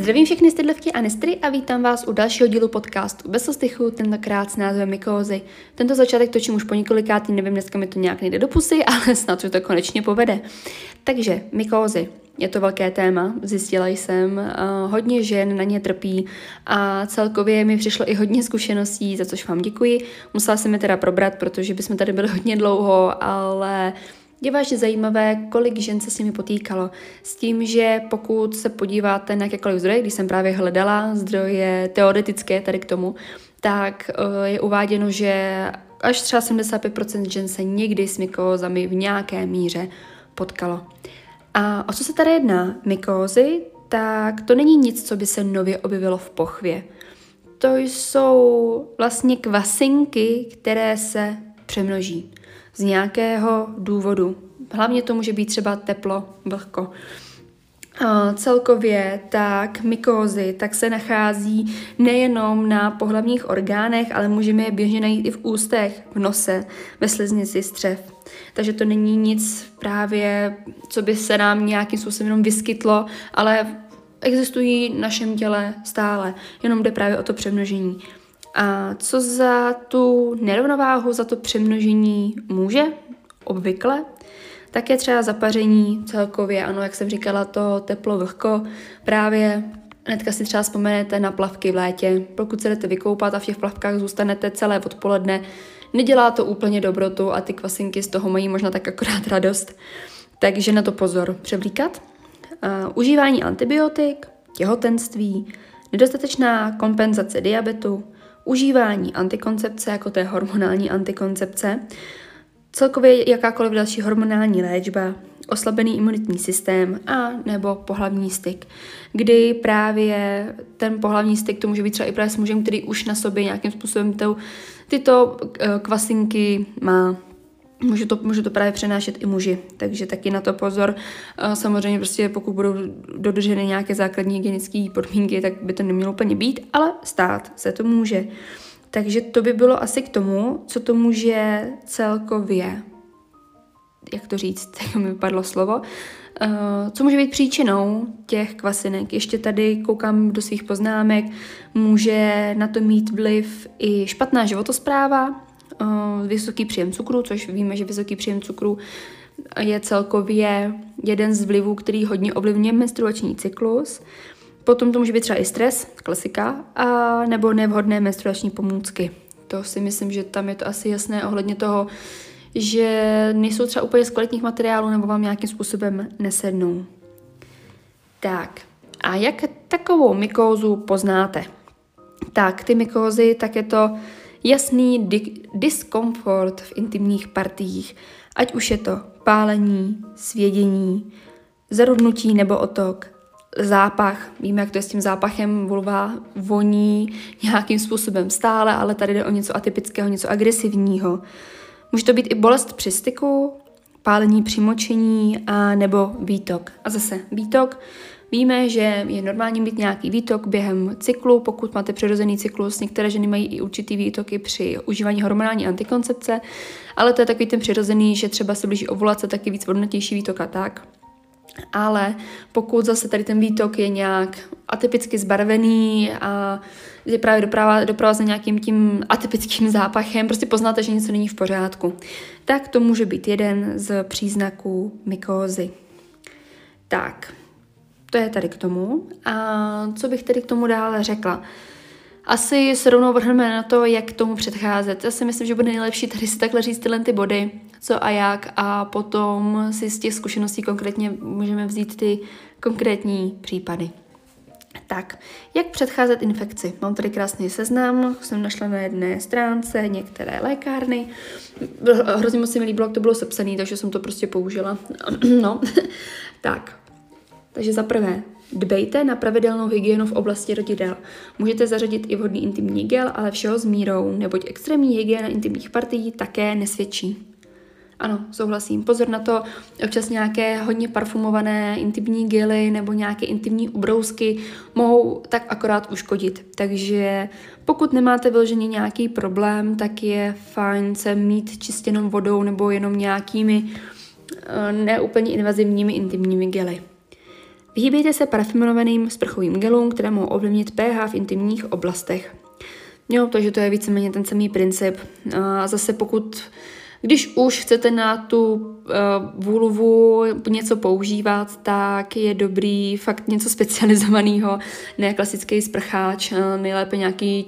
Zdravím všechny stydlivky a nestry a vítám vás u dalšího dílu podcastu Bez ostychu, tentokrát s názvem Mykózy. Tento začátek točím už po několikátý, nevím, dneska mi to nějak nejde do pusy, ale snad se to konečně povede. Takže mykózy. Je to velké téma, zjistila jsem, hodně žen na ně trpí a celkově mi přišlo i hodně zkušeností, za což vám děkuji. Musela jsem je teda probrat, protože bychom tady byli hodně dlouho, ale je vážně zajímavé, kolik žen se s nimi potýkalo. S tím, že pokud se podíváte na jakékoliv zdroje, když jsem právě hledala zdroje teoretické tady k tomu, tak je uváděno, že až třeba 75% žen se někdy s mykózami v nějaké míře potkalo. A o co se tady jedná? Mykózy, tak to není nic, co by se nově objevilo v pochvě. To jsou vlastně kvasinky, které se přemnoží z nějakého důvodu. Hlavně to může být třeba teplo, vlhko. Celkově tak mykózy tak se nachází nejenom na pohlavních orgánech, ale můžeme je běžně najít i v ústech, v nose, ve sliznici střev. Takže to není nic právě, co by se nám nějakým způsobem jenom vyskytlo, ale existují v našem těle stále, jenom jde právě o to přemnožení. A co za tu nerovnováhu, za to přemnožení může obvykle, tak je třeba zapaření celkově, ano, jak jsem říkala, to teplo, vlhko, právě hnedka si třeba vzpomenete na plavky v létě. Pokud se jdete vykoupat a v těch plavkách zůstanete celé odpoledne, nedělá to úplně dobrotu a ty kvasinky z toho mají možná tak akorát radost. Takže na to pozor. Převlíkat. Užívání antibiotik, těhotenství, nedostatečná kompenzace diabetu, užívání antikoncepce, jako té hormonální antikoncepce, celkově jakákoliv další hormonální léčba, oslabený imunitní systém a nebo pohlavní styk, kdy právě ten pohlavní styk to může být třeba i právě s mužem, který už na sobě nějakým způsobem tyto kvasinky má. Může to právě přenášet i muži, takže taky na to pozor. Samozřejmě prostě pokud budou dodrženy nějaké základní hygienické podmínky, tak by to nemělo úplně být, ale stát se to může. Takže to by bylo asi k tomu, co to může celkově, jak to říct, tak mi vypadlo slovo, co může být příčinou těch kvasinek. Ještě tady koukám do svých poznámek, může na to mít vliv i špatná životospráva, vysoký příjem cukru, což víme, že vysoký příjem cukru je celkově jeden z vlivů, který hodně ovlivňuje menstruační cyklus. Potom to může být třeba i stres, klasika, a nebo nevhodné menstruační pomůcky. To si myslím, že tam je to asi jasné ohledně toho, že nejsou třeba úplně z kvalitních materiálů nebo vám nějakým způsobem nesednou. Tak, a jak takovou mykózu poznáte? Tak, ty mykózy, tak je to jasný diskomfort v intimních partiích, ať už je to pálení, svědění, zarudnutí nebo otok, zápach. Víme, jak to je s tím zápachem, vulva voní nějakým způsobem stále, ale tady jde o něco atypického, něco agresivního. Může to být i bolest při styku, pálení při močení a nebo výtok. A zase výtok. Víme, že je normální mít nějaký výtok během cyklu, pokud máte přirozený cyklus. Některé ženy mají i určitý výtoky při užívání hormonální antikoncepce, ale to je takový ten přirozený, že třeba se blíží ovulace, taky víc vodnatější výtok a tak. Ale pokud zase tady ten výtok je nějak atypicky zbarvený a je právě doprovázen nějakým tím atypickým zápachem, prostě poznáte, že něco není v pořádku, tak to může být jeden z příznaků mykózy. Tak, to je tady k tomu. A co bych tady k tomu dále řekla? Asi se rovnou vrhneme na to, jak tomu předcházet. Já si myslím, že bude nejlepší tady si takhle říct tyhle ty body, co a jak, a potom si z těch zkušeností konkrétně můžeme vzít ty konkrétní případy. Tak, jak předcházet infekci? Mám tady krásný seznam, jsem našla na jedné stránce některé lékárny. Hrozně moc se mi líbilo, jak to bylo sepsané, takže jsem to prostě použila. No, tak. Takže za prvé, dbejte na pravidelnou hygienu v oblasti rodidel. Můžete zařadit i vhodný intimní gel, ale všeho s mírou, neboť extrémní hygiena intimních partií také nesvědčí. Ano, souhlasím. Pozor na to, občas nějaké hodně parfumované intimní gely nebo nějaké intimní ubrousky mohou tak akorát uškodit. Takže pokud nemáte vyloženě nějaký problém, tak je fajn se mít čistěnou vodou nebo jenom nějakými neúplně invazivními intimními gely. Vyhýbejte se parfümovaným sprchovým gelům, které mohou ovlivnit pH v intimních oblastech. Jo, takže to je víceméně ten samý princip. A zase když už chcete na tu vulvu něco používat, tak je dobrý fakt něco specializovaného, ne klasický sprcháč, nejlépe nějaký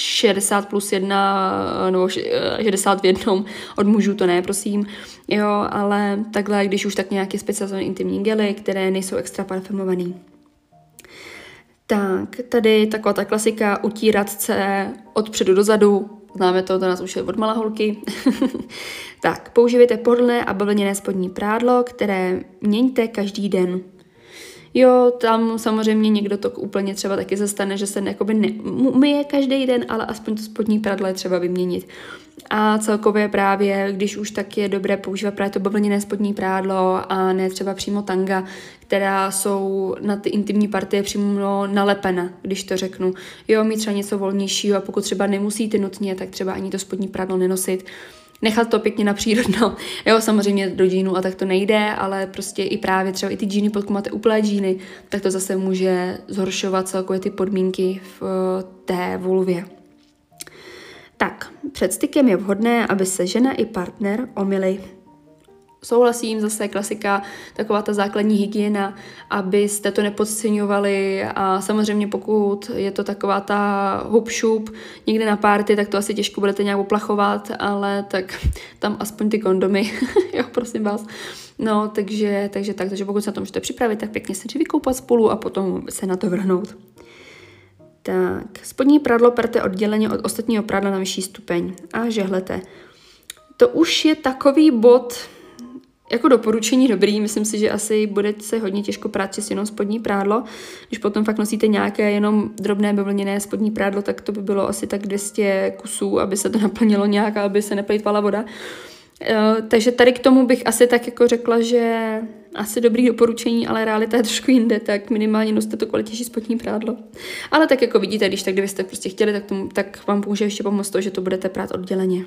60+1 nebo 60 v jednom, od mužů to ne, prosím, jo, ale takhle, když už tak nějaké specializované intimní gely, které nejsou extra parfumovaný. Tak, tady taková ta klasika, utírat se od předu do zadu, známe to nás už je od malé holky. Tak, používejte pohodlné a bavlněné spodní prádlo, které měňte každý den. Jo, tam samozřejmě někdo to úplně třeba taky zastane, že se myje každý den, ale aspoň to spodní prádlo je třeba vyměnit. A celkově právě, když už tak je dobré používat právě to bavlněné spodní prádlo a ne třeba přímo tanga, která jsou na ty intimní partie přímo nalepena, když to řeknu. Jo, mít třeba něco volnějšího a pokud třeba nemusíte nutně, tak třeba ani to spodní prádlo nenosit. Nechat to pěkně na přírodno. Jo, samozřejmě do džínu a tak to nejde, ale prostě i právě třeba i ty džíny, pokud máte úplné džíny, tak to zase může zhoršovat celkově ty podmínky v té vulvě. Tak, před stykem je vhodné, aby se žena i partner omyli. Souhlasím, zase klasika, taková ta základní hygiena, abyste to nepodceňovali a samozřejmě pokud je to taková ta hup-šup někde na party, tak to asi těžko budete nějak oplachovat, ale tak tam aspoň ty kondomy, jo, prosím vás. No, takže pokud se na to můžete připravit, tak pěkně se vykoupat spolu a potom se na to vrhnout. Tak, spodní prádlo perte odděleně od ostatního prádla na vyšší stupeň a žehlete. To už je takový bod, jako doporučení dobrý, myslím si, že asi bude se hodně těžko prát čist jenom spodní prádlo. Když potom fakt nosíte nějaké jenom drobné bavlněné spodní prádlo, tak to by bylo asi tak 200 kusů, aby se to naplnilo nějak, aby se neplýtvala voda. Takže tady k tomu bych asi tak jako řekla, že asi dobrý doporučení, ale realita je trošku jinde, tak minimálně noste to kvalitnější spodní prádlo. Ale tak jako vidíte, když tak kdybyste prostě chtěli, tak vám může ještě pomoct to, že to budete prát odděleně.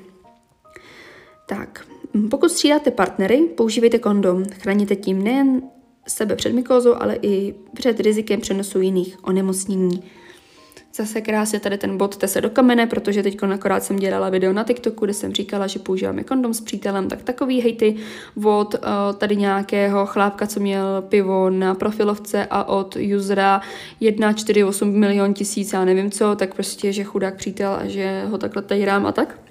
Tak, pokud střídáte partnery, používejte kondom. Chráníte tím nejen sebe před mykózou, ale i před rizikem přenosu jiných onemocnění. Zase krásně tady ten bod tese do kamene, protože teď akorát jsem dělala video na TikToku, kde jsem říkala, že používáme kondom s přítelem, tak takový hejty od tady nějakého chlápka, co měl pivo na profilovce a od usera 1,48 milion tisíc, já nevím co, tak prostě, že chudák přítel a že ho takhle tajrám a tak.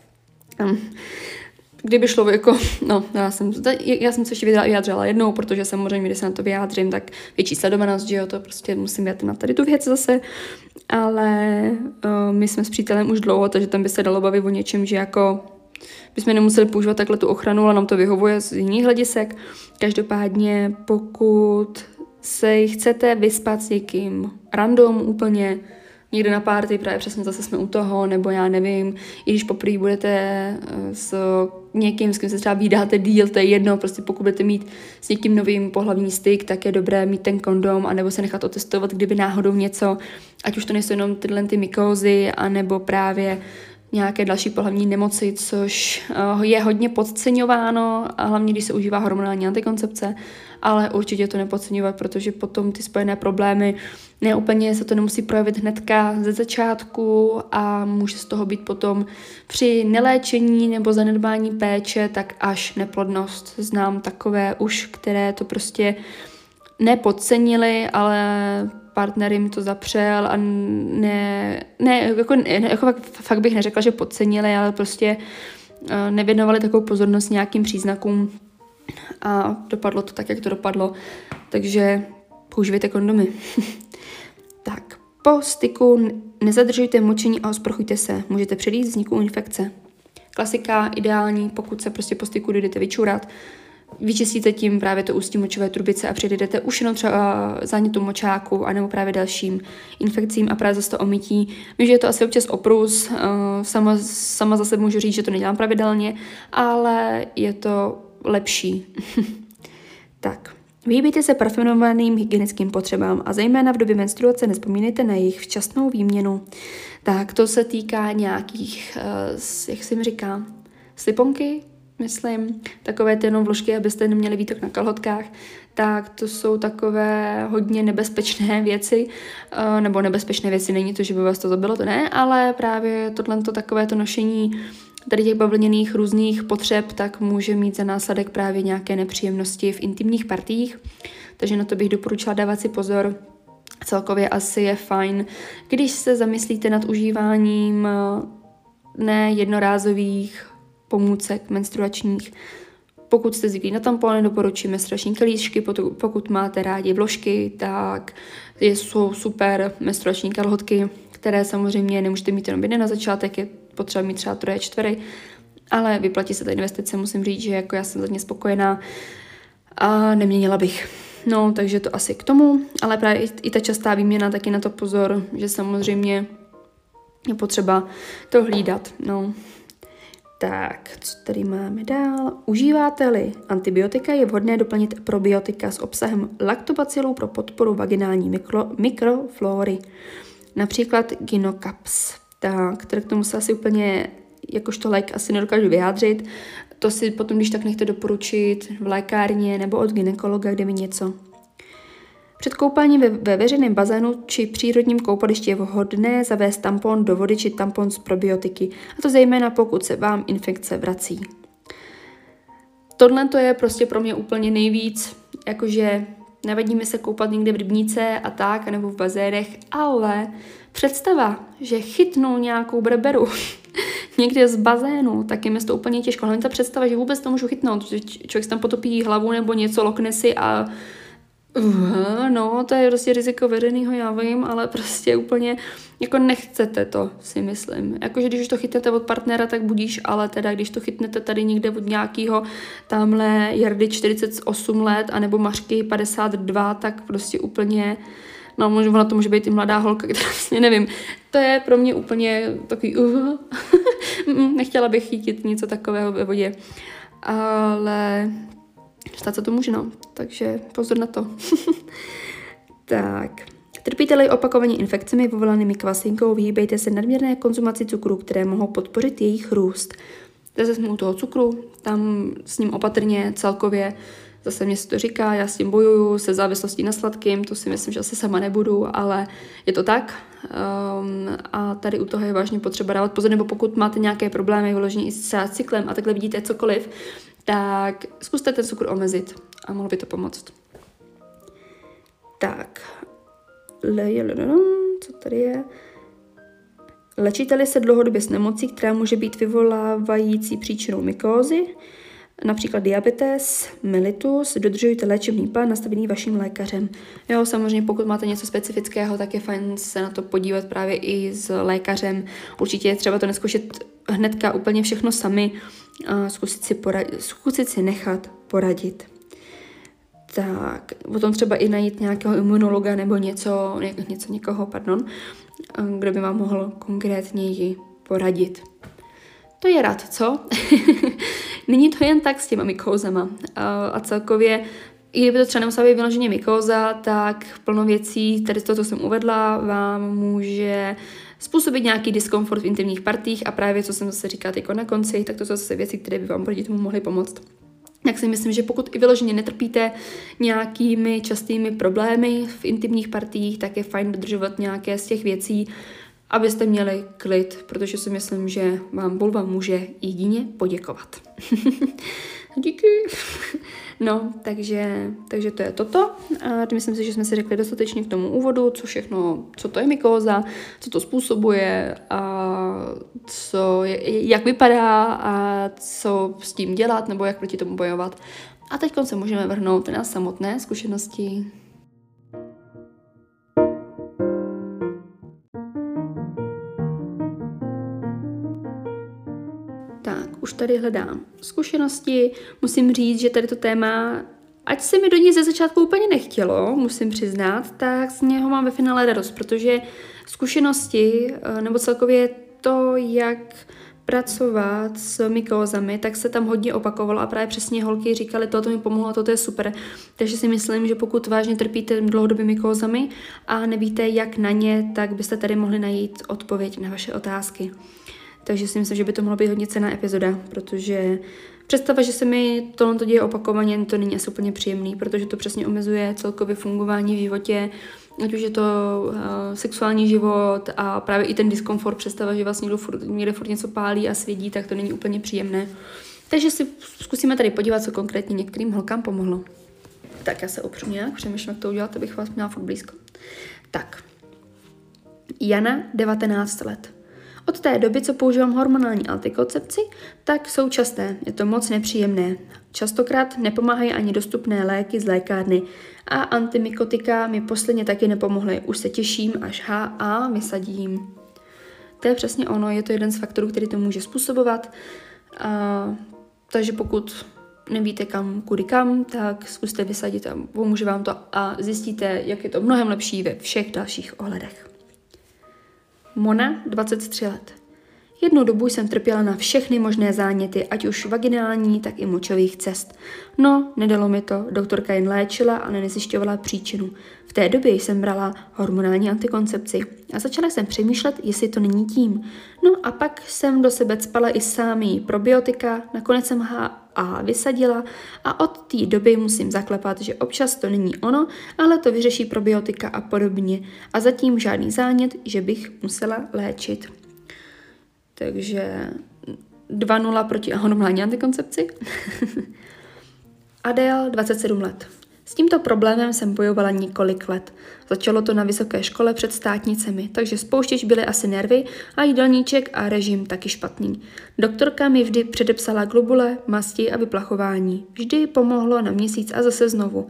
Kdyby šlo jako, no, já jsem se ještě vyjádřila jednou, protože samozřejmě, když se na to vyjádřím, tak větší sledovanost, že jo, to prostě musím jít na tady tu věc zase, ale my jsme s přítelem už dlouho, takže tam by se dalo bavit o něčem, že jako bychom nemuseli používat takhle tu ochranu, ale nám to vyhovuje z jiných hledisek. Každopádně, pokud se chcete vyspat s někým random úplně, někde na party, právě přesně zase jsme u toho, nebo já nevím, i když poprvé budete s někým, s kým se třeba vídáte díl, to je jedno, prostě pokud budete mít s někým novým pohlavní styk, tak je dobré mít ten kondom, anebo se nechat otestovat, kdyby náhodou něco, ať už to nejsou jenom tyhle ty mykózy, anebo právě nějaké další pohlavní nemoci, což je hodně podceňováno, a hlavně když se užívá hormonální antikoncepce, ale určitě to nepodceňovat, protože potom ty spojené problémy neúplně se to nemusí projevit hnedka ze začátku a může z toho být potom při neléčení nebo zanedbání péče, tak až neplodnost. Znám takové už, které to prostě nepodcenili, ale partner jim to zapřel a fakt bych neřekla, že podcenili, ale prostě nevěnovali takovou pozornost nějakým příznakům a dopadlo to tak, jak to dopadlo. Takže používejte kondomy. Tak, po styku nezadržujte močení a osprchujte se. Můžete předejít vzniku infekce. Klasika, ideální, pokud se prostě po styku jdete vyčurat, vyčistíte tím právě to ústí močové trubice a předjdete už jenom třeba zánětu močáku anebo právě dalším infekcím a právě zase to omytí. Vím, že je to asi občas oprus, sama zase můžu říct, že to nedělám pravidelně, ale je to lepší. Tak, vyhýbejte se parfumovaným hygienickým potřebám a zejména v době menstruace nezapomínejte na jejich včasnou výměnu. Tak, to se týká nějakých, jak se mi říká, sliponky, myslím, takové ty jenom vložky, abyste neměli výtok na kalhotkách, tak to jsou takové hodně nebezpečné věci, nebo nebezpečné věci, není to, že by vás to zabilo, to ne, ale právě takové to nošení tady těch bavlněných různých potřeb, tak může mít za následek právě nějaké nepříjemnosti v intimních partiích, takže na to bych doporučila dávat si pozor. Celkově asi je fajn, když se zamyslíte nad užíváním ne jednorázových pomůcek menstruačních. Pokud jste zvyklí na tampony, doporučím menstruační kalíšky, pokud máte rádi vložky, tak jsou super menstruační kalhotky, které samozřejmě nemůžete mít jenom jedné na začátek, je potřeba mít třeba 3, 4, ale vyplatí se ta investice, musím říct, že jako já jsem za ně spokojená a neměnila bych. No, takže to asi k tomu, ale právě i ta častá výměna, taky na to pozor, že samozřejmě je potřeba to hlídat, no. Tak, co tady máme dál? Užíváte-li antibiotika, je vhodné doplnit probiotika s obsahem laktobacilů pro podporu vaginální mikroflóry, například Gynocaps. Tak, k tomu se asi úplně jakožto lék asi nedokážu vyjádřit. To si potom, když tak nechte doporučit v lékárně nebo od gynekologa, kde mi něco. Před koupením ve veřejném bazénu či přírodním koupališti je vhodné zavést tampon do vody či tampon s probiotiky, a to zejména pokud se vám infekce vrací. Tohle to je prostě pro mě úplně nejvíc, jakože nevadí mi se koupat někde v rybníce a tak, nebo v bazénech, ale představa, že chytnu nějakou berberu někde z bazénu, tak je mi to úplně těžko. Hlavně ta představa, že vůbec to můžu chytnout, že člověk si tam potopí hlavu nebo něco, lokne si a no, to je prostě riziko veřejného, já vím, ale prostě úplně jako nechcete to, si myslím. Jakože když už to chytnete od partnera, tak budíš, ale teda když to chytnete tady někde od nějakého tamhle Jardy 48 let, anebo Mařky 52, tak prostě úplně, no ona to může být i mladá holka, která vlastně nevím. To je pro mě úplně takový nechtěla bych chytit něco takového ve vodě, ale stát se to může, no. Takže pozor na to. Tak. Trpíte-li opakovaně infekcemi vyvolanými kvasinkou, vyhýbejte se nadměrné konzumaci cukru, které mohou podpořit jejich růst. Zase jsme u toho cukru, tam s ním opatrně celkově, zase mě se to říká, já s tím bojuju, se závislostí na sladkým, to si myslím, že asi sama nebudu, ale je to tak. A tady u toho je vážně potřeba dávat pozor, nebo pokud máte nějaké problémy vyložené i s cyklem a takhle vidíte cokoliv, tak zkuste ten cukr omezit a mohlo by to pomoct. Tak. Co tady je? Léčíte-li se dlouhodobě s nemocí, která může být vyvolávající příčinou mykózy, například diabetes, mellitus, dodržujte léčebný plán nastavený vaším lékařem. Jo, samozřejmě pokud máte něco specifického, tak je fajn se na to podívat právě i s lékařem. Určitě je třeba to nezkoušet hnedka úplně všechno sami, a zkusit si nechat poradit. Tak, potom třeba i najít nějakého imunologa nebo někoho, kdo by vám mohl konkrétněji poradit. To je rad, co? Není to jen tak s těma mykózama. A celkově, i kdyby to třeba nemusela být vyloženě mykóza, tak plno věcí, tady to, co jsem uvedla, vám může způsobit nějaký diskomfort v intimních partích a právě, co jsem zase říkala jako na konci, tak to jsou zase věci, které by vám proti tomu mohly pomoct. Tak si myslím, že pokud i vyloženě netrpíte nějakými častými problémy v intimních partiích, tak je fajn dodržovat nějaké z těch věcí, abyste měli klid, protože si myslím, že vám vulva může jedině poděkovat. Díky. No, takže to je toto. A myslím si, že jsme si řekli dostatečně k tomu úvodu, co to je mykóza, co to způsobuje, a jak vypadá a co s tím dělat nebo jak proti tomu bojovat. A teď se můžeme vrhnout na samotné zkušenosti. Už tady hledám zkušenosti, musím říct, že tady to téma, ať se mi do ní ze začátku úplně nechtělo, musím přiznat, tak z něho mám ve finále radost, protože zkušenosti, nebo celkově to, jak pracovat s mykózami, tak se tam hodně opakovalo a právě přesně holky říkaly, toto mi pomohlo a toto je super. Takže si myslím, že pokud vážně trpíte dlouhodobě mykózami a nevíte, jak na ně, tak byste tady mohli najít odpověď na vaše otázky. Takže si myslím, že by to mohlo být hodně cenná epizoda, protože Představa, že se mi tohle děje opakovaně, to není asi úplně příjemný, protože to přesně omezuje celkově fungování v životě, ať už je to sexuální život a právě i ten diskomfort, představa, že vlastně někde furt něco pálí a svědí, tak to není úplně příjemné. Takže si zkusíme tady podívat, co konkrétně některým holkám pomohlo. Tak já se opřu nějak, přemýšlím, jak to udělat, abych vás měla furt blízko. Tak. Jana, 19 let. Od té doby, co používám hormonální antikoncepci, tak jsou časté. Je to moc nepříjemné. Častokrát nepomáhají ani dostupné léky z lékárny a antimykotika mi posledně taky nepomohly. Už se těším, až HA vysadím. To je přesně ono, je to jeden z faktorů, který to může způsobovat. Takže pokud nevíte kudy kam, tak zkuste vysadit a pomůže vám to a zjistíte, jak je to mnohem lepší ve všech dalších ohledech. Mona, 23 let. Jednu dobu jsem trpěla na všechny možné záněty, ať už vaginální, tak i močových cest. No, nedalo mi to, doktorka jen léčila, ale nezjišťovala příčinu. V té době jsem brala hormonální antikoncepci a začala jsem přemýšlet, jestli to není tím. No a pak jsem do sebe cpala i sámí probiotika, nakonec jsem HA vysadila a od té doby musím zaklepat, že občas to není ono, ale to vyřeší probiotika a podobně. A zatím žádný zánět, že bych musela léčit. Takže 2-0 proti hormonální antikoncepci. Adél, 27 let. S tímto problémem jsem bojovala několik let. Začalo to na vysoké škole před státnicemi, takže spouštěč byly asi nervy a jídelníček a režim taky špatný. Doktorka mi vždy předepsala globule, masti a vyplachování. Vždy pomohlo na měsíc a zase znovu.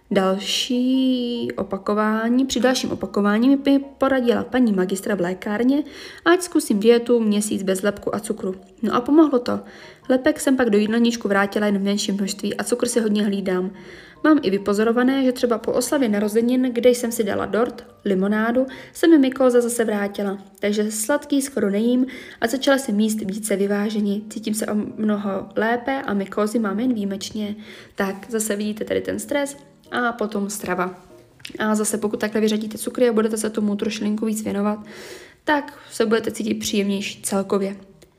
Při dalším opakování mi poradila paní magistra v lékárně, ať zkusím dietu měsíc bez lepku a cukru. No a pomohlo to. Lepek jsem pak do jídelníčku vrátila jen v menším množství a cukr si hodně hlídám. Mám i vypozorované, že třeba po oslavě narozenin, kde jsem si dala dort, limonádu, se mi mykóza zase vrátila. Takže sladký skoro nejím a začala jsem jíst více vyváženě. Cítím se o mnoho lépe a mykózy mám jen výjimečně. Tak zase vidíte tady ten stres a potom strava. A zase pokud takhle vyřadíte cukry a budete se tomu trošilinku víc věnovat, tak se budete cítit příjemnější celkově.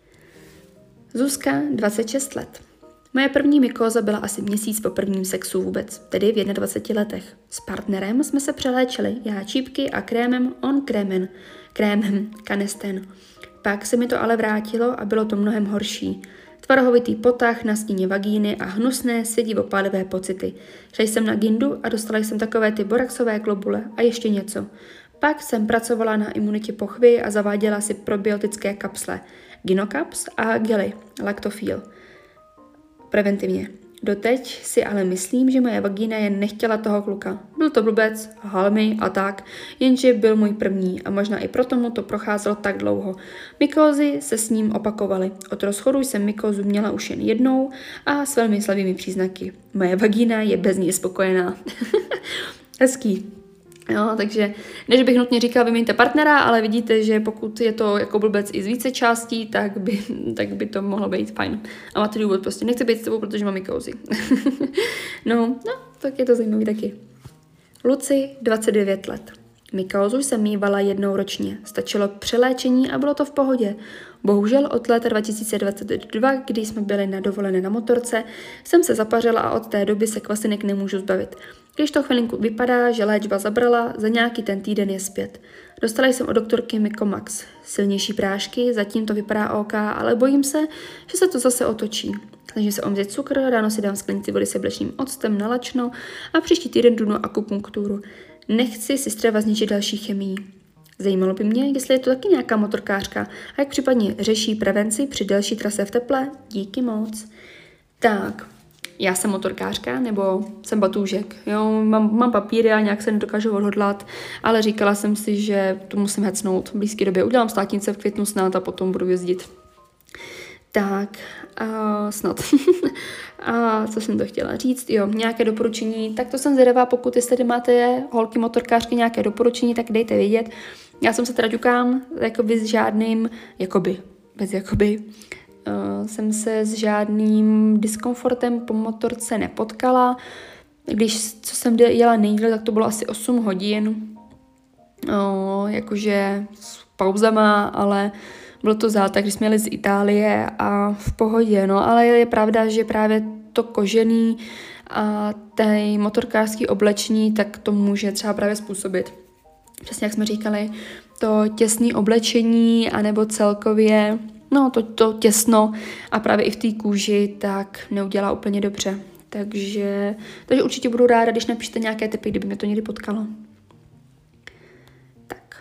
Zuzka, 26 let. Moje první mykóza byla asi měsíc po prvním sexu vůbec, tedy v 21 letech. S partnerem jsme se přeléčili, já čípky a krémem, on krémem, kanesten. Pak se mi to ale vrátilo a bylo to mnohem horší. Tvarohovitý potah na stíně vagíny a hnusné sedivopálivé pocity. Šla jsem na gindu a dostala jsem takové ty boraxové globule a ještě něco. Pak jsem pracovala na imunitě pochvy a zaváděla si probiotické kapsle. Ginocaps a gely, Lactofil. Preventivně. Doteď si ale myslím, že moje vagína jen nechtěla toho kluka. Byl to blbec, halmy a tak, jenže byl můj první a možná i proto mu to procházelo tak dlouho. Mykózy se s ním opakovaly. Od rozchodu jsem mykózu měla už jen jednou a s velmi slabými příznaky. Moje vagína je bez ní spokojená. Hezký. Jo, takže ne, že bych nutně říkala, vyměňte partnera, ale vidíte, že pokud je to jako blbec i z více částí, tak by to mohlo být fajn. A máte důvod, prostě nechci být s tebou, protože mám mykózy. no, tak je to zajímavý taky. Luci, 29 let. Mykózu jsem mívala jednou ročně. Stačilo přeléčení a bylo to v pohodě. Bohužel od léta 2022, kdy jsme byli na dovolené na motorce, jsem se zapařila a od té doby se kvasinek nemůžu zbavit. Když to chvilinku vypadá, že léčba zabrala, za nějaký ten týden je zpět. Dostala jsem od doktorky Mykomax. Silnější prášky, zatím to vypadá OK, ale bojím se, že se to zase otočí. Snažím se omezit cukr, ráno si dám sklenici vody se mléčným octem na lačno a příští týden jdu na akupunkturu. Nechci si střeva zničit další chemii. Zajímalo by mě, jestli je to taky nějaká motorkářka a jak případně řeší prevenci při delší trase v teple. Díky moc. Tak, já jsem motorkářka nebo jsem batůžek. Jo, mám papíry a nějak se nedokážu odhodlat, ale říkala jsem si, že to musím hecnout v blízké době. Udělám státnice v květnu snad a potom budu jezdit. Tak, snad. A co jsem to chtěla říct? Jo, nějaké doporučení. Tak to jsem zvědavá, pokud jestli máte holky motorkářky nějaké doporučení, tak dejte vědět. Já jsem se teda ťukám, jsem se s žádným diskomfortem po motorce nepotkala. Co jsem jela nejdýle, tak to bylo asi 8 hodin. Jakože s pauzama, ale bylo to zátak, když jsme jeli z Itálie a v pohodě, no, ale je pravda, že právě to kožený a té motorkářský oblečení, tak to může třeba právě způsobit. Přesně jak jsme říkali, to těsné oblečení, anebo celkově, no to těsno a právě i v té kůži, tak neudělá úplně dobře. Takže určitě budu ráda, když napíšete nějaké tipy, kdyby mě to někdy potkalo. Tak.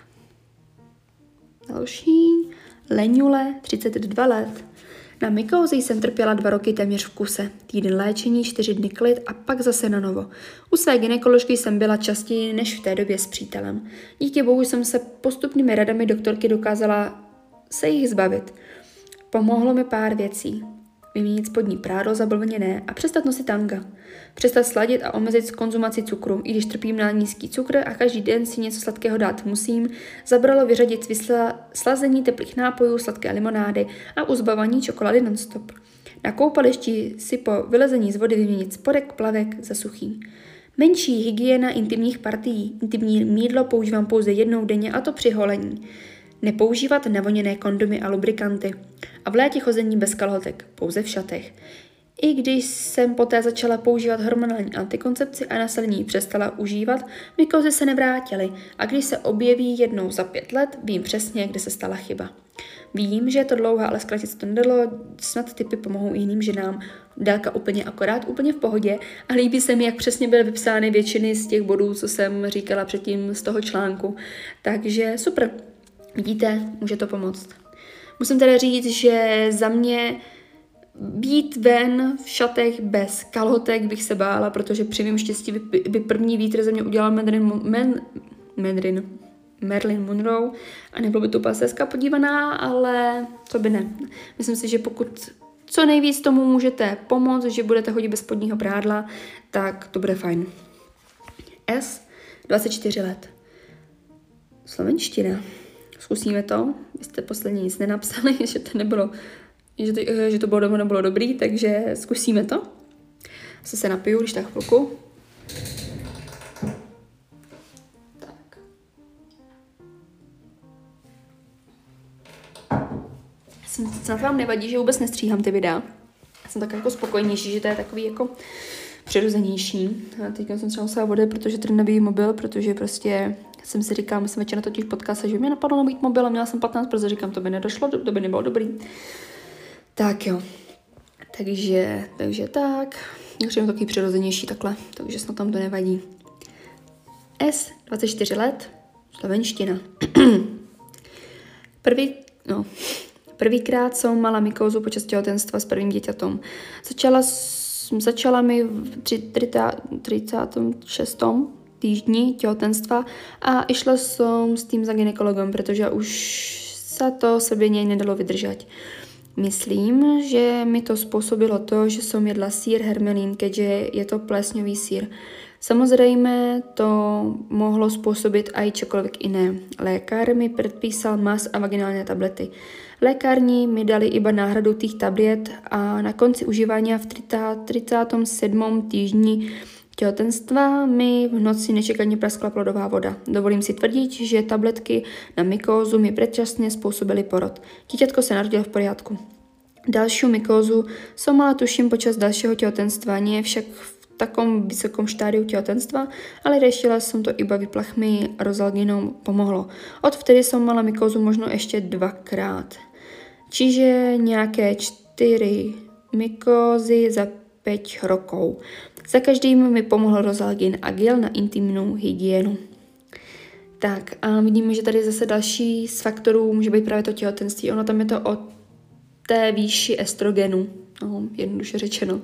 Další. Lenule, 32 let. Na mykózi jsem trpěla 2 roky téměř v kuse. Týden léčení, 4 dny klid a pak zase na novo. U své gynekoložky jsem byla častěji než v té době s přítelem. Díky bohu jsem se postupnými radami doktorky dokázala se jich zbavit. Pomohlo mi pár věcí. Vyměnit spodní prádlo zabavlněné a přestat nosit tanga. Přestat sladit a omezit konzumaci cukru, i když trpím na nízký cukr a každý den si něco sladkého dát musím, zabralo vyřadit slazení teplých nápojů, sladké limonády a uzbavení čokolády nonstop. Na koupališti si po vylezení z vody vyměnit spodek, plavek za suchý. Menší hygiena intimních partií. Intimní mýdlo používám pouze jednou denně, a to při holení. Nepoužívat navoněné kondomy a lubrikanty. A v létě chození bez kalhotek, pouze v šatech. I když jsem poté začala používat hormonální antikoncepci a následně přestala užívat, mykózy se nevrátily a když se objeví jednou za 5 let, vím přesně, kde se stala chyba. Vím, že je to dlouhé, ale zkrátit se to nedalo, snad tipy pomohou jiným ženám. Délka úplně akorát, úplně v pohodě a líbí se mi, jak přesně byly vypsány většiny z těch bodů, co jsem říkala předtím z toho článku. Takže super, vidíte, může to pomoct. Musím teda říct, že za mě být ven v šatech bez kalhotek bych se bála, protože při mým štěstí by první vítr ze mě udělal Marilyn Monroe a nebylo by to úplně hezká podívaná, ale to by ne. Myslím si, že pokud co nejvíc tomu můžete pomoct, že budete chodit bez spodního prádla, tak to bude fajn. S, 24 let. Slovenština. Zkusíme to. Vy jste posledně nic nenapsali, že to nebylo, že to bylo nebylo dobrý, takže zkusíme to. Se napiju, když tak chvilku. Tak. Snad vám nevadí, že vůbec nestříhám ty videa. Jsem tak jako spokojenější, že to je takový jako přirozenější. A teďka jsem třeba musela vody, protože tady nabíjí mobil, protože prostě jsem si říkala, jsem večer totiž podcast, že mě napadlo nabít mobil a měla jsem 15, protože říkám, to by nedošlo, to by nebylo dobrý. Tak jo. Takže tak. Už jsem takový přirozenější takhle, takže snad tam to nevadí. S, 24 let, slovenština. Prvýkrát jsem mala mykózu počas těhotenstva s prvním dítětem. Začala mi v 36. týždni těhotenstva a išla jsem s tím za gynekologem, protože už se to sobě nedalo vydržet. Myslím, že mi to způsobilo to, že jsem jedla sýr hermelín, keďže je to plesňový sýr. Samozřejmě to mohlo způsobit i čokoliv jiné. Lékař mi předpísal mas a vaginální tablety. Lékárni mi dali iba náhradu těch tablet a na konci užívání v 37. týždni těhotenstva mi v noci nečekaně praskla plodová voda. Dovolím si tvrdit, že tabletky na mykózu mi předčasně způsobily porod. Dítětko se narodilo v pořádku. Další mykózu jsem mala tuším počas dalšího těhotenstva, nie však v takom vysokom štádiu těhotenstva, ale řešila jsem to iba vyplachmi a rozalginou pomohlo. Od vtedy jsem mala mykózu možno ještě 2krát. Čiže nějaké 4 mykózy za 5 rokov. Za každým mi pomohl rozalgin a gel na intimnou hygienu. Tak a vidíme, že tady zase další z faktorů může být právě to těhotenství. Ono tam je to o té výši estrogenu, no, jednoduše řečeno.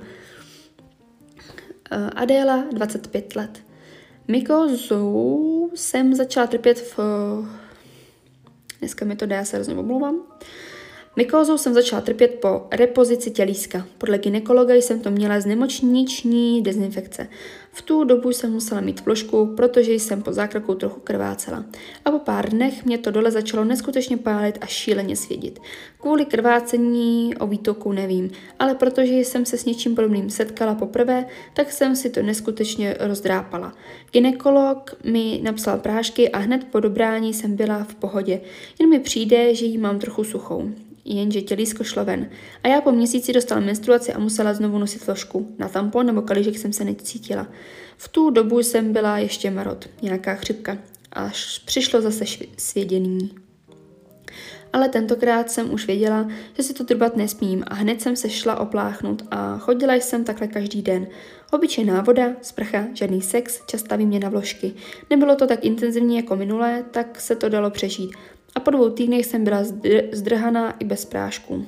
Adéla, 25 let. Mykózu jsem začala trpět dneska mi to dá, já se hrozně omlouvám. Mykózou jsem začala trpět po repozici tělíska. Podle gynekologa jsem to měla z nemocniční dezinfekce. V tu dobu jsem musela mít vložku, protože jsem po zákroku trochu krvácela. A po pár dnech mě to dole začalo neskutečně pálit a šíleně svědit. Kvůli krvácení o výtoku nevím, ale protože jsem se s něčím podobným setkala poprvé, tak jsem si to neskutečně rozdrápala. Gynekolog mi napsal prášky a hned po dobrání jsem byla v pohodě. Jen mi přijde, že ji mám trochu suchou. Jenže tělísko šlo ven. A já po měsíci dostala menstruaci a musela znovu nosit vložku. Na tampon nebo kalíšek jsem se necítila. V tu dobu jsem byla ještě marot, nějaká chřipka. Až přišlo zase svědění. Ale tentokrát jsem už věděla, že si to trvat nesmím a hned jsem se šla opláchnout a chodila jsem takhle každý den. Obyčejná voda, sprcha, žádný sex, častá výměna vložky. Nebylo to tak intenzivní jako minulé, tak se to dalo přežít. A po 2 týdnech jsem byla zdrhaná i bez prášků.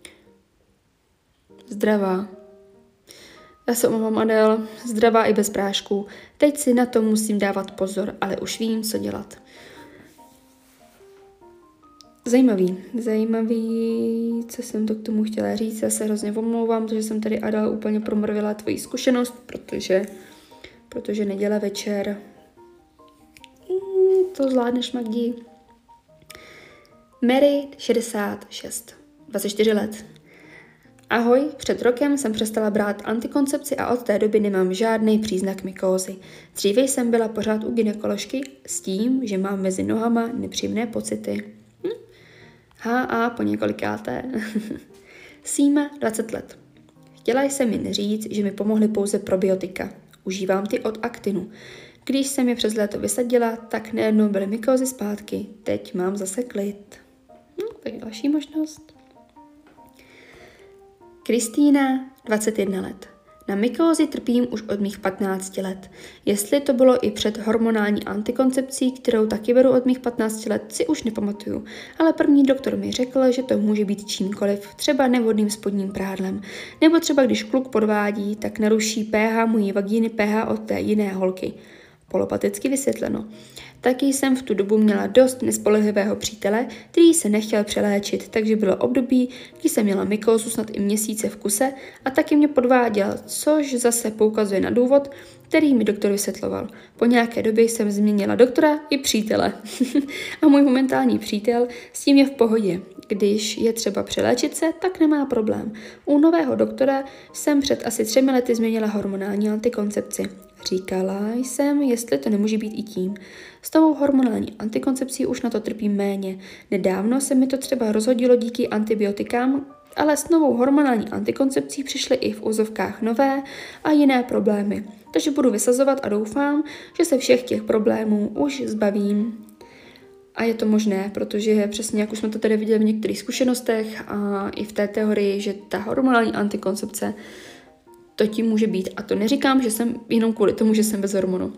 Zdravá. Já se omlouvám, Adel. Zdravá i bez prášků. Teď si na to musím dávat pozor, ale už vím, co dělat. Zajímavý, co jsem to k tomu chtěla říct. Já se hrozně omlouvám, že jsem tady, Adel, úplně promrvila tvoji zkušenost, protože neděle večer. To zvládneš, Magdi. Mary, 66, 24 let. Ahoj, před rokem jsem přestala brát antikoncepci a od té doby nemám žádný příznak mykózy. Dříve jsem byla pořád u gynekoložky s tím, že mám mezi nohama nepříjemné pocity. HA po několikáté. Síma, 20 let. Chtěla jsem jen říct, že mi pomohly pouze probiotika. Užívám ty od Actinu. Když jsem je přes léto vysadila, tak nejednou byly mykózy zpátky. Teď mám zase klid. Tak další možnost. Kristýna, 21 let. Na mykózy trpím už od mých 15 let. Jestli to bylo i před hormonální antikoncepcí, kterou taky beru od mých 15 let, si už nepamatuju. Ale první doktor mi řekl, že to může být čímkoliv, třeba nevhodným spodním prádlem. Nebo třeba když kluk podvádí, tak naruší pH mojí vagíny pH od té jiné holky. Polopaticky vysvětleno. Taky jsem v tu dobu měla dost nespolehlivého přítele, který se nechtěl přeléčit, takže bylo období, kdy jsem měla mykózu snad i měsíce v kuse a taky mě podváděl, což zase poukazuje na důvod, který mi doktor vysvětloval. Po nějaké době jsem změnila doktora i přítele. A můj momentální přítel s tím je v pohodě. Když je třeba přeléčit se, tak nemá problém. U nového doktora jsem před asi 3 lety změnila hormonální antikoncepci. Říkala jsem, jestli to nemůže být i tím. S tou hormonální antikoncepcí už na to trpím méně. Nedávno se mi to třeba rozhodilo díky antibiotikám, ale s novou hormonální antikoncepcí přišly i v úzovkách nové a jiné problémy. Takže budu vysazovat a doufám, že se všech těch problémů už zbavím. A je to možné, protože přesně jak už jsme to tady viděli v některých zkušenostech a i v té teorii, že ta hormonální antikoncepce to tím může být. A to neříkám, že jsem jenom kvůli tomu, že jsem bez hormonu.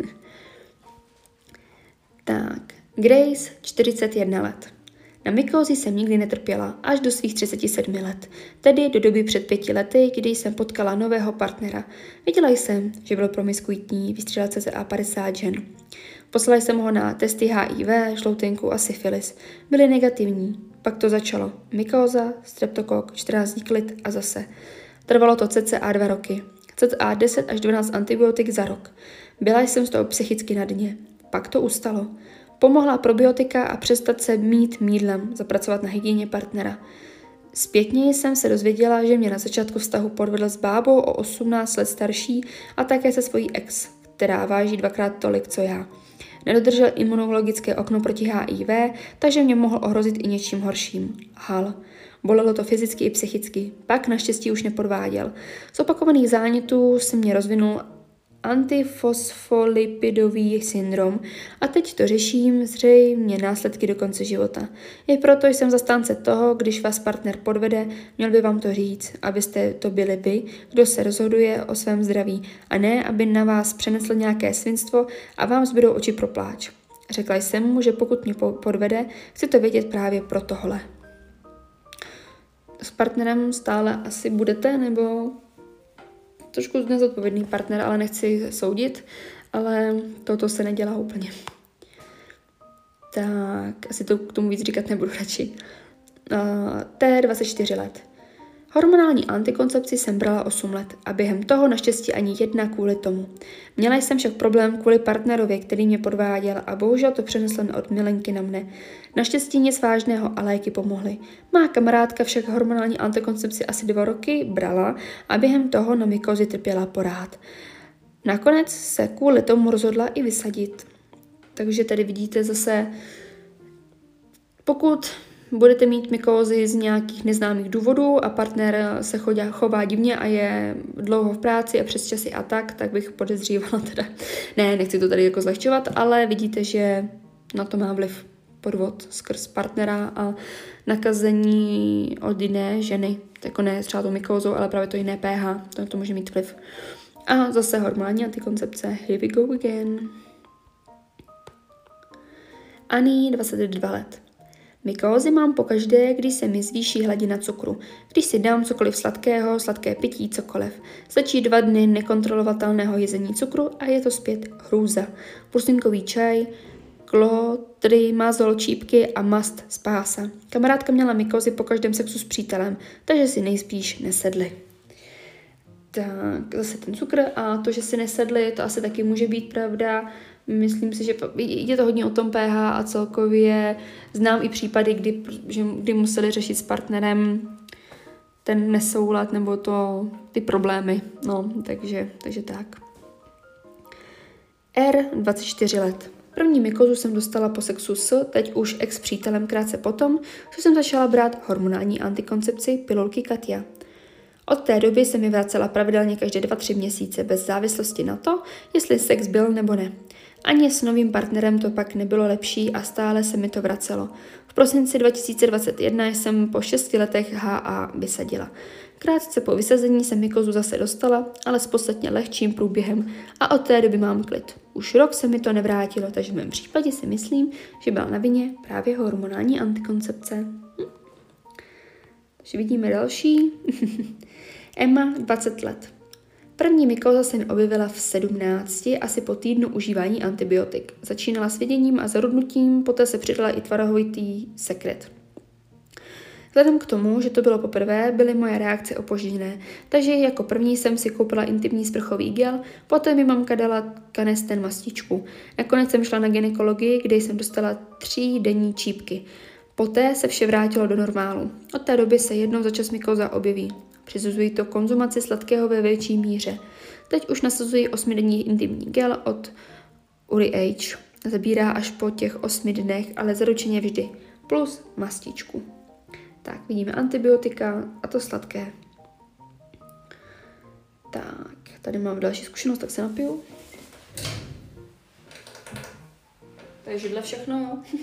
Tak, Grace, 41 let. Na mykózy jsem nikdy netrpěla, až do svých 37 let, tedy do doby před 5 lety, kdy jsem potkala nového partnera. Viděla jsem, že byl promiskuitní, vystřelil cca 50 žen. Poslala jsem ho na testy HIV, žloutinku a syfilis. Byly negativní. Pak to začalo. Mykóza, streptokok, 14 dní klid a zase. Trvalo to cca 2 roky. Cca 10 až 12 antibiotik za rok. Byla jsem z toho psychicky na dně. Pak to ustalo. Pomohla probiotika a přestat se mít mýdlem, zapracovat na hygieně partnera. Zpětně jsem se dozvěděla, že mě na začátku vztahu podvedl s bábou o 18 let starší a také se svojí ex, která váží 2krát tolik, co já. Nedodržel imunologické okno proti HIV, takže mě mohl ohrozit i něčím horším. Hal. Bolelo to fyzicky i psychicky. Pak naštěstí už nepodváděl. Z opakovaných zánětů se mě rozvinul antifosfolipidový syndrom a teď to řeším zřejmě následky do konce života. I proto jsem zastánce toho, když vás partner podvede, měl by vám to říct, abyste to byli vy, kdo se rozhoduje o svém zdraví a ne, aby na vás přenesl nějaké svinstvo a vám zbydou oči pro pláč. Řekla jsem mu, že pokud mě podvede, chci to vědět právě pro tohle. S partnerem stále asi budete, nebo trošku nezodpovědný partner, ale nechci soudit, ale toto se nedělá úplně. Tak, asi to k tomu víc říkat nebudu radši. T 24 let. Hormonální antikoncepci jsem brala 8 let a během toho naštěstí ani jedna kvůli tomu. Měla jsem však problém kvůli partnerovi, který mě podváděl a bohužel to přenesl od milenky na mne. Naštěstí nic vážného a léky pomohly. Má kamarádka však hormonální antikoncepci asi 2 roky brala a během toho na mykózy trpěla porád. Nakonec se kvůli tomu rozhodla i vysadit. Takže tady vidíte zase, pokud budete mít mykózy z nějakých neznámých důvodů a partner se chová divně a je dlouho v práci a přes časy a tak bych podezřívala teda. Ne, nechci to tady jako zlehčovat, ale vidíte, že na to má vliv podvod skrz partnera a nakazení od jiné ženy. Jako ne třeba tou mykózou, ale právě to jiné pH. To může mít vliv. A zase hormonální antikoncepce. Here we go again. Ani 22 let. Mykózy mám pokaždé, když se mi zvýší hladina cukru. Když si dám cokoliv sladkého, sladké pití, cokoliv. Stačí 2 dny nekontrolovatelného jezení cukru a je to zpět hrůza. Prusinkový čaj, klotrymazol, čípky a mast z pása. Kamarádka měla mykózy po každém sexu s přítelem, takže si nejspíš nesedli. Tak, zase ten cukr a to, že si nesedli, to asi taky může být pravda. Myslím si, že je to hodně o tom pH a celkově znám i případy, kdy museli řešit s partnerem ten nesoulad nebo ty problémy. No, takže tak. R 24 let. První mykózu jsem dostala po sexu s teď už ex-přítelem krátce potom, co jsem začala brát hormonální antikoncepci pilulky Katia. Od té doby se mi vracela pravidelně každé 2-3 měsíce bez závislosti na to, jestli sex byl nebo ne. Ani s novým partnerem to pak nebylo lepší a stále se mi to vracelo. V prosinci 2021 jsem po 6 letech HA vysadila. Krátce po vysazení jsem mykózu zase dostala, ale s podstatně lehčím průběhem a od té doby mám klid. Už rok se mi to nevrátilo, takže v mém případě si myslím, že byla na vině právě hormonální antikoncepce. Takže vidíme další. Emma, 20 let. První mykóza se mi objevila v 17, asi po týdnu užívání antibiotik. Začínala s viděním a zarudnutím, poté se přidala i tvarohovitý sekret. Vzhledem k tomu, že to bylo poprvé, byly moje reakce opožděné, takže jako první jsem si koupila intimní sprchový gel, poté mi mamka dala kanesten mastičku. Nakonec jsem šla na gynekologii, kde jsem dostala 3 denní čípky. Poté se vše vrátilo do normálu. Od té doby se jednou za čas mykóza objeví. Přisuzuji to konzumaci sladkého ve větší míře. Teď už nasazuji 8denní intimní gel od UriH. Zabírá až po těch 8 dnech, ale zaručeně vždy. Plus mastičku. Tak, vidíme antibiotika a to sladké. Tak, tady mám další zkušenost, tak se napiju. To je židle všechno, jo?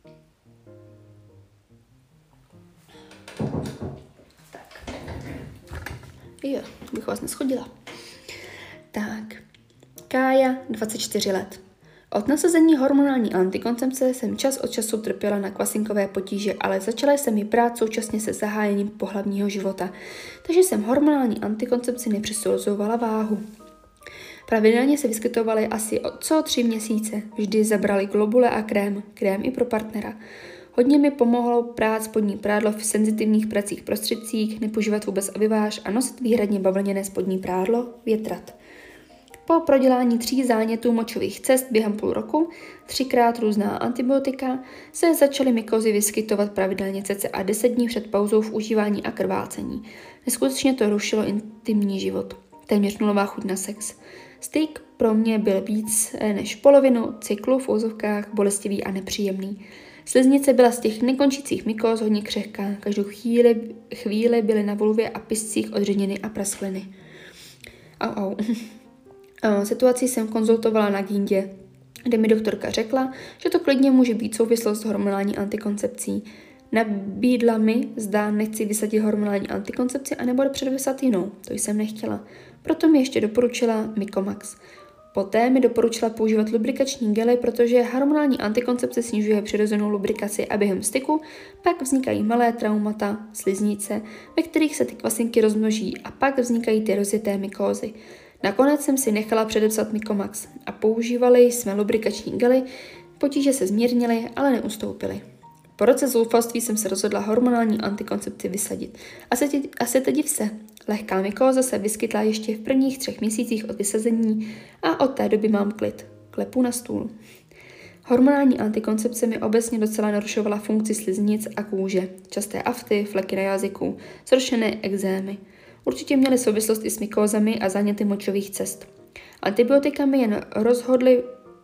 Jo, bych vás neschodila. Tak, Kája, 24 let. Od nasazení hormonální antikoncepce jsem čas od času trpěla na kvasinkové potíže, ale začala jsem ji brát současně se zahájením pohlavního života, takže jsem hormonální antikoncepci nepřisuzovala váhu. Pravidelně se vyskytovaly asi co 3 měsíce, vždy zabrali globule a krém i pro partnera. Hodně mi pomohlo prát spodní prádlo v senzitivních pracích prostředcích, nepoužívat vůbec aviváž a nosit výhradně bavlněné spodní prádlo, větrat. Po prodělání 3 zánětů močových cest během půl roku, 3krát různá antibiotika, se začaly mykózy vyskytovat pravidelně cca 10 dní před pauzou v užívání a krvácení. Neskutečně to rušilo intimní život. Téměř nulová chuť na sex. Styk pro mě byl víc než polovinu cyklu v úzovkách bolestivý a nepříjemný. Sliznice byla z těch nekončících mykóz hodně křehká. Každou chvíli byly na vulvě a piscích odředěny a praskliny. Au. Situaci jsem konzultovala na Gindě, kde mi doktorka řekla, že to klidně může být souvislost s hormonální antikoncepcí. Nabídla mi, zda nechci vysadit hormonální antikoncepci anebo předvysat jinou. To jsem nechtěla. Proto mi ještě doporučila Mykomax. Poté mi doporučila používat lubrikační gely, protože hormonální antikoncepce snižuje přirozenou lubrikaci a během styku pak vznikají malé traumata, sliznice, ve kterých se ty kvasinky rozmnoží a pak vznikají ty rozjeté mykózy. Nakonec jsem si nechala předepsat Mykomax a používali jsme lubrikační gely, potíže se zmírnily, ale neustoupily. Po roce zoufalství jsem se rozhodla hormonální antikoncepci vysadit. Asi to div se. Lehká mykóza se vyskytla ještě v prvních 3 měsících od vysazení a od té doby mám klid. Klepu na stůl. Hormonální antikoncepce mi obecně docela narušovala funkci sliznic a kůže, časté afty, fleky na jazyku, zhoršené ekzémy. Určitě měly souvislost i s mykózami a záněty močových cest. Antibiotika mi jen rozhodly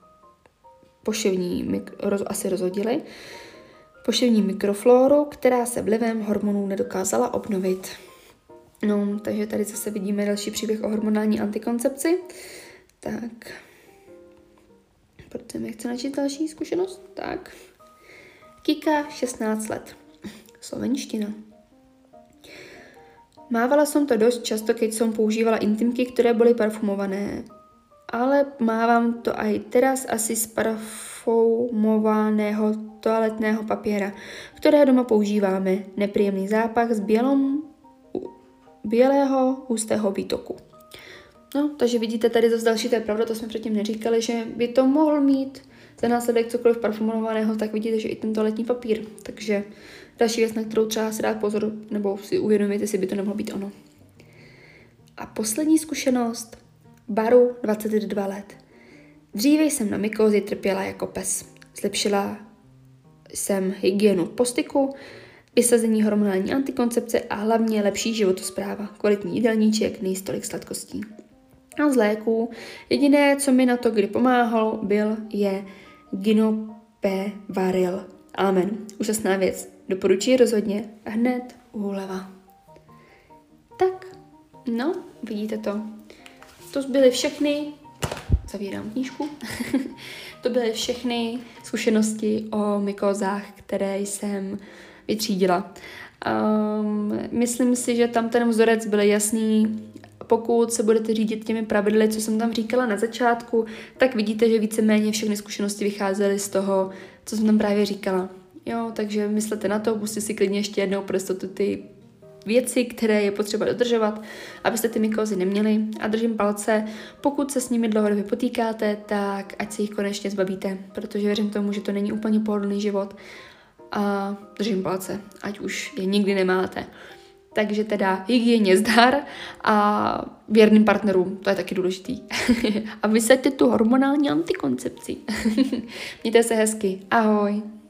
rozhodily poševní mikroflóru, která se vlivem hormonů nedokázala obnovit. No, takže tady zase vidíme další příběh o hormonální antikoncepci. Tak, protože mi chce načít další zkušenost. Tak, Kika, 16 let. Slovenština. Mávala som to dosť často, keď som používala intimky, ktoré boli parfumované. Ale mávam to aj teraz asi z parfumovaného toaletného papiera, ktoré doma používáme. Nepríjemný zápach z bělého hustého výtoku. No, takže vidíte tady zase další, to je pravda, to jsme předtím neříkali, že by to mohl mít za následek cokoliv parfumovaného, tak vidíte, že i ten toaletní papír. Takže další věc, na kterou třeba si dát pozor, nebo si uvědomit, jestli by to nemohlo být ono. A poslední zkušenost. Baru, 22 let. Dříve jsem na mykózy trpěla jako pes. Zlepšila jsem hygienu po styku, vysazení hormonální antikoncepce a hlavně lepší životospráva, kvalitní jídelníček, nejíst tolik sladkostí. A z léků jediné, co mi na to kdy pomáhalo, je Ginopevaril. Amen. Úžasná věc. Doporučuji rozhodně. Hned úleva. Tak, no, vidíte to. To byly všechny, zavírám knížku, to byly všechny zkušenosti o mykózách, které jsem vytřídila. Myslím si, že tam ten vzorec byl jasný. Pokud se budete řídit těmi pravidly, co jsem tam říkala na začátku, tak vidíte, že víceméně všechny zkušenosti vycházely z toho, co jsem tam právě říkala. Jo, takže myslete na to, pusťte si klidně ještě jednou pro jistotu ty věci, které je potřeba dodržovat, abyste ty mykózy neměli. A držím palce, pokud se s nimi dlouhodobě potýkáte, tak ať se jich konečně zbavíte, protože věřím tomu, že to není úplně pohodlný život a držím palce, ať už je nikdy nemáte. Takže teda hygieně zdar a věrným partnerům, to je taky důležitý. A vysaďte tu hormonální antikoncepci. Mějte se hezky. Ahoj.